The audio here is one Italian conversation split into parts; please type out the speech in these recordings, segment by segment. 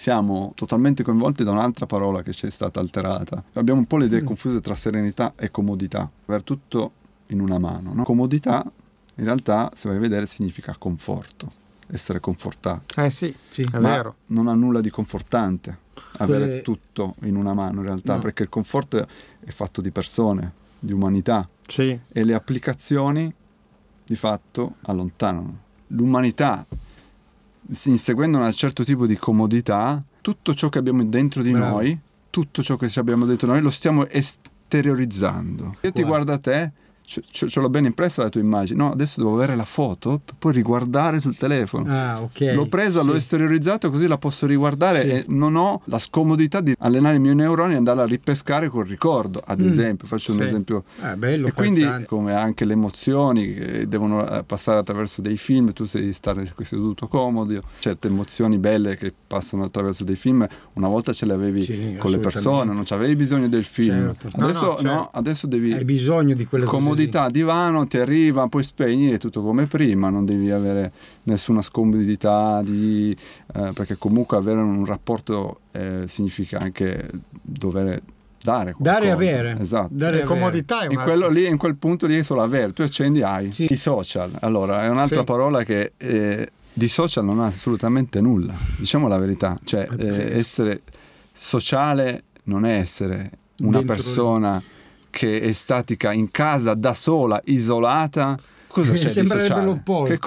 siamo totalmente coinvolti da un'altra parola che ci è stata alterata. Abbiamo un po' le idee confuse tra serenità e comodità, avere tutto in una mano, no? Comodità in realtà, se vai a vedere, significa conforto, essere confortati. Sì, è Ma vero. non ha nulla di confortante avere tutto in una mano in realtà, perché il conforto è fatto di persone, di umanità, Sì. e le applicazioni di fatto allontanano l'umanità. Inseguendo un certo tipo di comodità, tutto ciò che abbiamo dentro di noi, tutto ciò che abbiamo dentro di noi lo stiamo esteriorizzando. Io ti guardo a te, ce l'ho ben impressa la tua immagine. No, adesso devo avere la foto per poi riguardare sul telefono. Ok. L'ho presa, l'ho esteriorizzata, così la posso riguardare e non ho la scomodità di allenare i miei neuroni e andare a ripescare col ricordo, ad esempio. Faccio un esempio. Bello, e quindi, come anche le emozioni che devono passare attraverso dei film, tu devi stare seduto comodo. Certe emozioni belle che passano attraverso dei film, una volta ce le avevi con le persone, non c'avevi bisogno del film. Adesso adesso devi... Hai bisogno di quelle cose. Comodità, divano, ti arriva, poi spegni e tutto come prima, non devi avere nessuna scomodità perché comunque avere un rapporto significa anche dover dare qualcosa. Dare e avere. Esatto. Dare e comodità in quello lì, in quel punto lì è solo avere, tu accendi, hai i social. Allora è un'altra parola che di social non ha assolutamente nulla, diciamo la verità, cioè essere sociale non è essere una persona che è statica in casa da sola, isolata. Cosa c'è di sociale? L'opposto.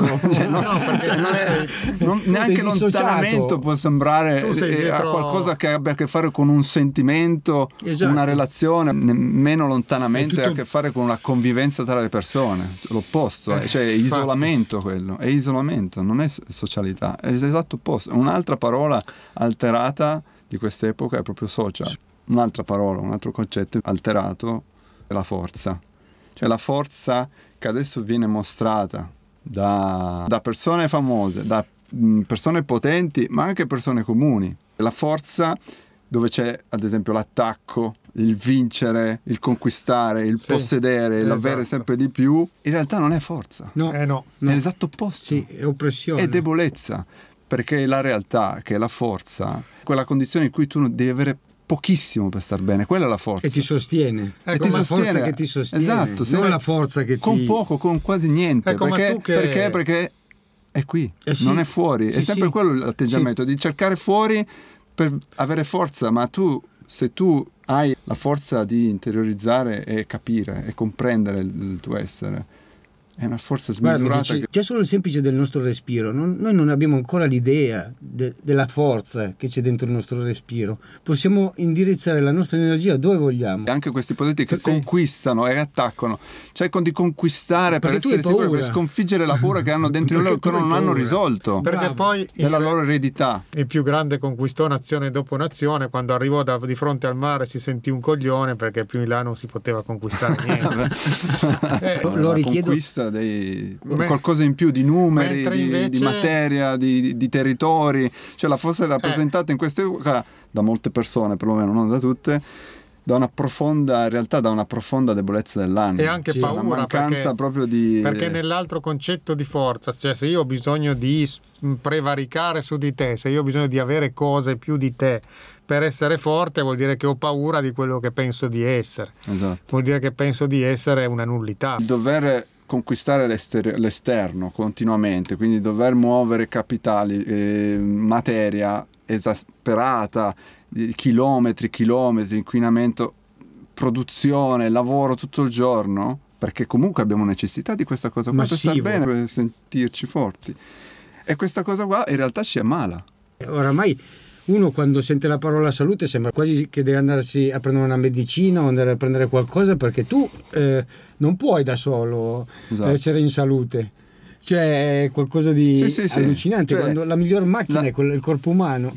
Neanche lontanamente può sembrare qualcosa che abbia a che fare con un sentimento, una relazione, nemmeno lontanamente ha a che fare con una convivenza tra le persone. L'opposto, cioè è isolamento quello, è isolamento, non è socialità, è l'esatto opposto. Un'altra parola alterata di quest'epoca è proprio social. Un'altra parola, un altro concetto alterato è la forza. Cioè la forza che adesso viene mostrata da persone famose, da persone potenti, ma anche persone comuni. La forza dove c'è ad esempio l'attacco, il vincere, il conquistare, il possedere, l'avere sempre di più, in realtà non è forza. No. È l'esatto opposto. Sì, è oppressione. È debolezza, perché la realtà, che è la forza, quella condizione in cui tu devi avere pochissimo per star bene, quella è la forza. E ti sostiene. È come la forza che ti sostiene. Esatto, non la forza che con poco, con quasi niente. Perché è qui, non è fuori. È sempre quello l'atteggiamento di cercare fuori per avere forza, ma se tu hai la forza di interiorizzare e capire e comprendere il tuo essere, è una forza smisurata. C'è solo il semplice del nostro respiro. Noi non abbiamo ancora l'idea della forza che c'è dentro il nostro respiro. Possiamo indirizzare la nostra energia dove vogliamo. E anche questi potenti che conquistano e attaccano, cercano di conquistare per essere sicuri, per sconfiggere la paura che hanno dentro di loro, che non hanno risolto. Perché poi della loro eredità. Il più grande conquistò nazione dopo nazione. Quando arrivò di fronte al mare si sentì un coglione, perché più in là non si poteva conquistare niente. Lo richiedo. Qualcosa in più di numeri, invece... di materia, di territori. Cioè la forza è rappresentata in quest'epoca da molte persone, perlomeno non da tutte, da una profonda debolezza dell'anima. E anche paura, una mancanza proprio di... Perché nell'altro concetto di forza, cioè se io ho bisogno di prevaricare su di te, se io ho bisogno di avere cose più di te per essere forte, vuol dire che ho paura di quello che penso di essere. Esatto. Vuol dire che penso di essere una nullità. Dover conquistare l'esterno continuamente, quindi dover muovere capitali, materia esasperata, chilometri, inquinamento, produzione, lavoro tutto il giorno, perché comunque abbiamo necessità di questa cosa qua per star bene, per sentirci forti. E questa cosa qua in realtà ci ammala. Oramai uno quando sente la parola salute sembra quasi che deve andarsi a prendere una medicina o andare a prendere qualcosa, perché tu non puoi da solo essere in salute. Cioè è qualcosa di allucinante, cioè, quando la miglior macchina è il corpo umano.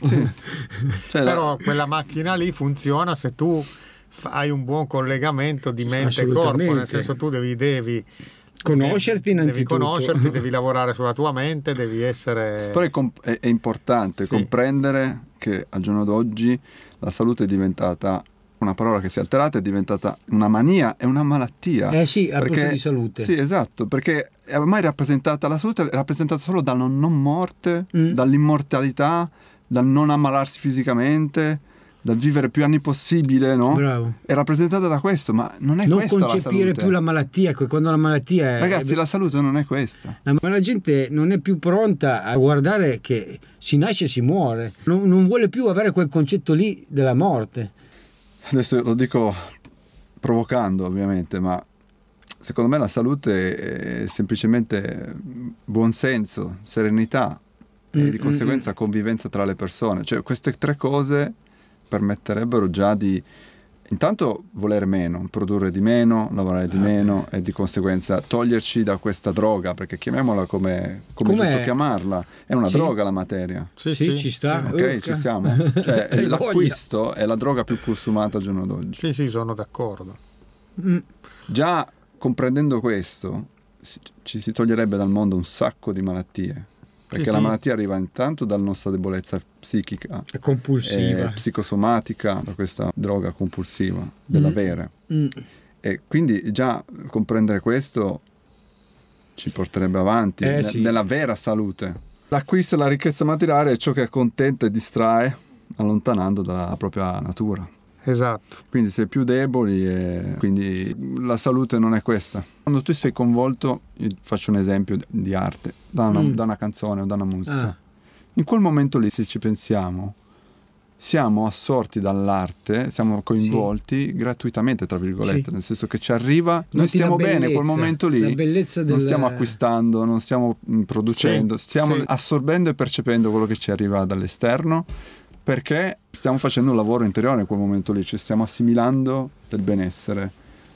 Però quella macchina lì funziona se tu hai un buon collegamento di mente e corpo, nel senso tu devi conoscerti innanzitutto. Devi conoscerti, devi lavorare sulla tua mente, devi essere... Però è importante comprendere che al giorno d'oggi la salute è diventata una parola che si è alterata, è diventata una mania e una malattia. A posto di salute. Sì, esatto, perché è ormai rappresentata, la salute è rappresentata solo dalla non morte, dall'immortalità, dal non ammalarsi fisicamente, dal vivere più anni possibile, no? Bravo. È rappresentata da questo, ma non è questa la salute. Non concepire più la malattia, quando la malattia è... Ragazzi, la salute non è questa. Ma la gente non è più pronta a guardare che si nasce e si muore, non vuole più avere quel concetto lì della morte. Adesso lo dico provocando, ovviamente, ma secondo me la salute è semplicemente buonsenso, serenità e di conseguenza convivenza tra le persone. Cioè, queste 3 cose permetterebbero già di intanto volere meno, produrre di meno, lavorare di meno e di conseguenza toglierci da questa droga, perché chiamiamola come è giusto chiamarla, è una droga la materia. Sì, ci sta. Ok, ci siamo. Cioè, l'acquisto è la droga più consumata al giorno d'oggi. Sì, sono d'accordo. Già comprendendo questo ci si toglierebbe dal mondo un sacco di malattie. Perché la malattia arriva intanto dalla nostra debolezza psichica e compulsiva, psicosomatica, da questa droga compulsiva dell'avere. E quindi già comprendere questo ci porterebbe avanti nella vera salute. L'acquisto e la ricchezza materiale è ciò che accontenta e distrae, allontanando dalla propria natura. Esatto. Quindi sei più deboli e quindi la salute non è questa. Quando tu sei coinvolto, io faccio un esempio di arte, da una canzone o da una musica. In quel momento lì, se ci pensiamo, siamo assorti dall'arte, siamo coinvolti gratuitamente, tra virgolette, nel senso che ci arriva, noi stiamo bene in quel momento lì, non stiamo acquistando, non stiamo producendo, stiamo assorbendo e percependo quello che ci arriva dall'esterno, perché stiamo facendo un lavoro interiore in quel momento lì, ci stiamo assimilando del benessere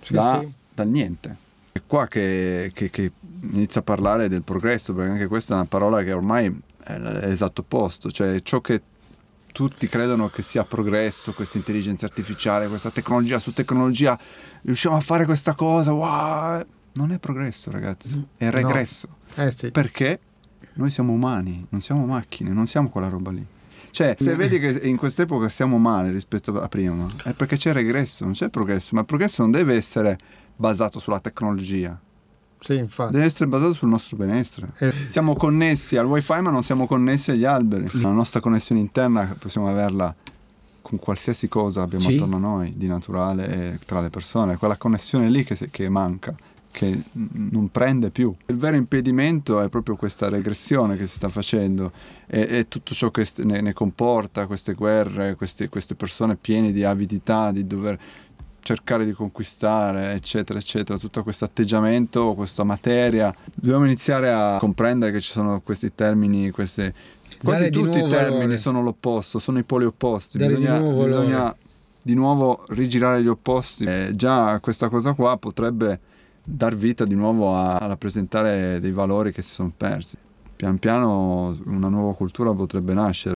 dal niente. È qua che inizio a parlare del progresso, perché anche questa è una parola che ormai è l'esatto opposto, cioè ciò che tutti credono che sia progresso, questa intelligenza artificiale, questa tecnologia su tecnologia, riusciamo a fare questa cosa, wow! Non è progresso, ragazzi, è regresso. No. Perché noi siamo umani, non siamo macchine, non siamo quella roba lì. Cioè, se vedi che in quest'epoca siamo male rispetto a prima, è perché c'è regresso, non c'è progresso, ma il progresso non deve essere basato sulla tecnologia. Sì, infatti. Deve essere basato sul nostro benessere. Siamo connessi al wifi, ma non siamo connessi agli alberi. La nostra connessione interna possiamo averla con qualsiasi cosa abbiamo attorno a noi, di naturale e tra le persone. Quella connessione lì che manca, che non prende più. Il vero impedimento è proprio questa regressione che si sta facendo e tutto ciò che ne comporta, queste guerre, queste persone piene di avidità, di dover cercare di conquistare, eccetera, eccetera, tutto questo atteggiamento, questa materia. Dobbiamo iniziare a comprendere che ci sono questi termini, quasi tutti i termini sono l'opposto, sono i poli opposti. Bisogna di nuovo rigirare gli opposti. Già questa cosa qua potrebbe dar vita di nuovo a rappresentare dei valori che si sono persi. Pian piano una nuova cultura potrebbe nascere.